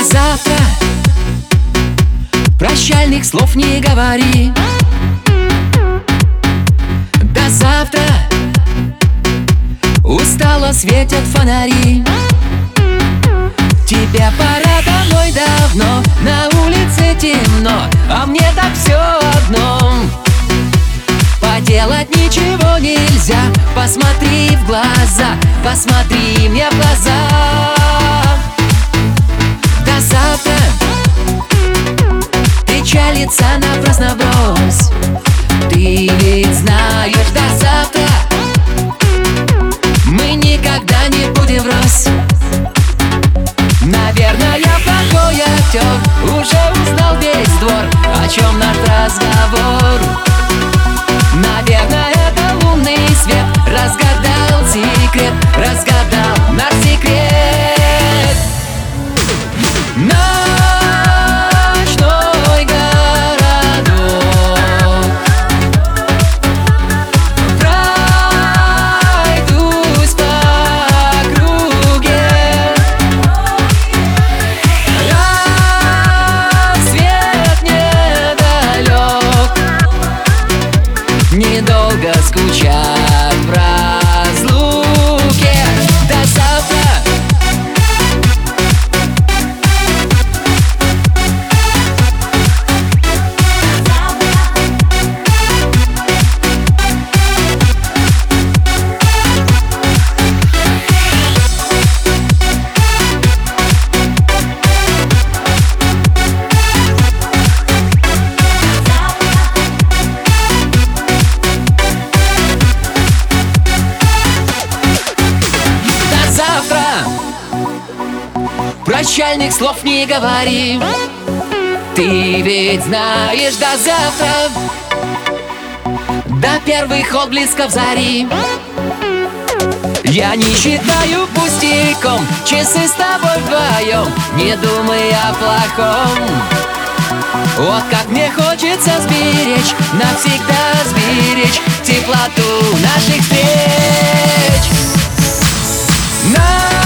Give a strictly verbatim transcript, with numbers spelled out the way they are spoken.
завтра прощальных слов не говори. До завтра устало светят фонари. Тебе пора домой давно, на улице темно, а мне так все одно. Поделать ничего нельзя, посмотри в глаза, посмотри мне в глаза. До завтра печалиться напрасно брось. Ты ведь знаешь, до завтра мы никогда не будем врозь. Наверное, плохой актер, уже узнал весь двор, о чем наш разговор. Наверное, это лунный свет разгадал секрет, разгадал наш секрет. Ночной городок пройдусь по округе. Рассвет недалек, недолго скучать в разлуке. До завтра. Прощальных слов не говори. Ты ведь знаешь, до завтра, до первых отблесков зари. Я не считаю пустяком часы с тобой вдвоем, не думай о плохом. Вот как мне хочется сберечь, навсегда сберечь теплоту наших встреч. На